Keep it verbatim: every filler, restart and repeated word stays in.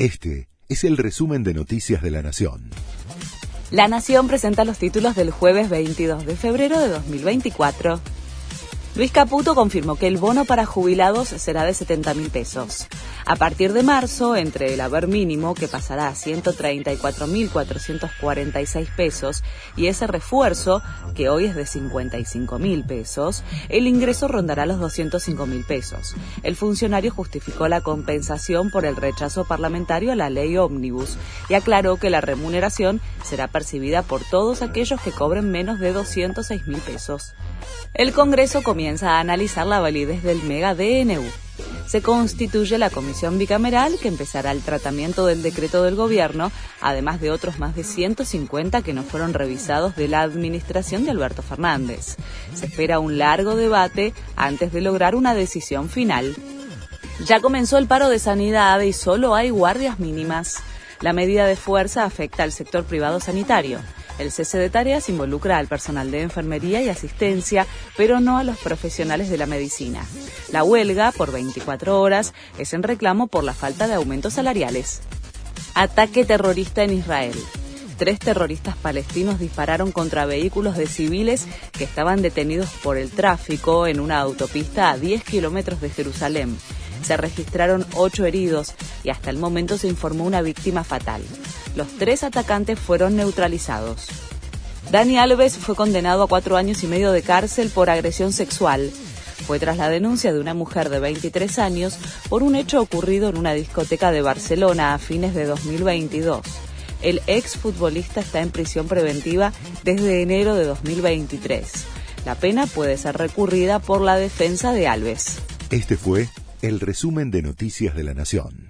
Este es el resumen de Noticias de la Nación. La Nación presenta los títulos del jueves veintidós de febrero de dos mil veinticuatro. Luis Caputo confirmó que el bono para jubilados será de setenta mil pesos. A partir de marzo, entre el haber mínimo, que pasará a ciento treinta y cuatro mil cuatrocientos cuarenta y seis pesos, y ese refuerzo, que hoy es de cincuenta y cinco mil pesos, el ingreso rondará los doscientos cinco mil pesos. El funcionario justificó la compensación por el rechazo parlamentario a la ley ómnibus y aclaró que la remuneración será percibida por todos aquellos que cobren menos de doscientos seis mil pesos. El Congreso comienza a analizar la validez del mega D N U. Se constituye la comisión bicameral que empezará el tratamiento del decreto del gobierno, además de otros más de ciento cincuenta que no fueron revisados de la administración de Alberto Fernández. Se espera un largo debate antes de lograr una decisión final. Ya comenzó el paro de sanidad y solo hay guardias mínimas. La medida de fuerza afecta al sector privado sanitario. El cese de tareas involucra al personal de enfermería y asistencia, pero no a los profesionales de la medicina. La huelga, por veinticuatro horas, es en reclamo por la falta de aumentos salariales. Ataque terrorista en Israel. Tres terroristas palestinos dispararon contra vehículos de civiles que estaban detenidos por el tráfico en una autopista a diez kilómetros de Jerusalén. Se registraron ocho heridos y hasta el momento se informó una víctima fatal. Los tres atacantes fueron neutralizados. Dani Alves fue condenado a cuatro años y medio de cárcel por agresión sexual. Fue tras la denuncia de una mujer de veintitrés años por un hecho ocurrido en una discoteca de Barcelona a fines de dos mil veintidós. El exfutbolista está en prisión preventiva desde enero de dos mil veintitrés. La pena puede ser recurrida por la defensa de Alves. Este fue el resumen de Noticias de la Nación.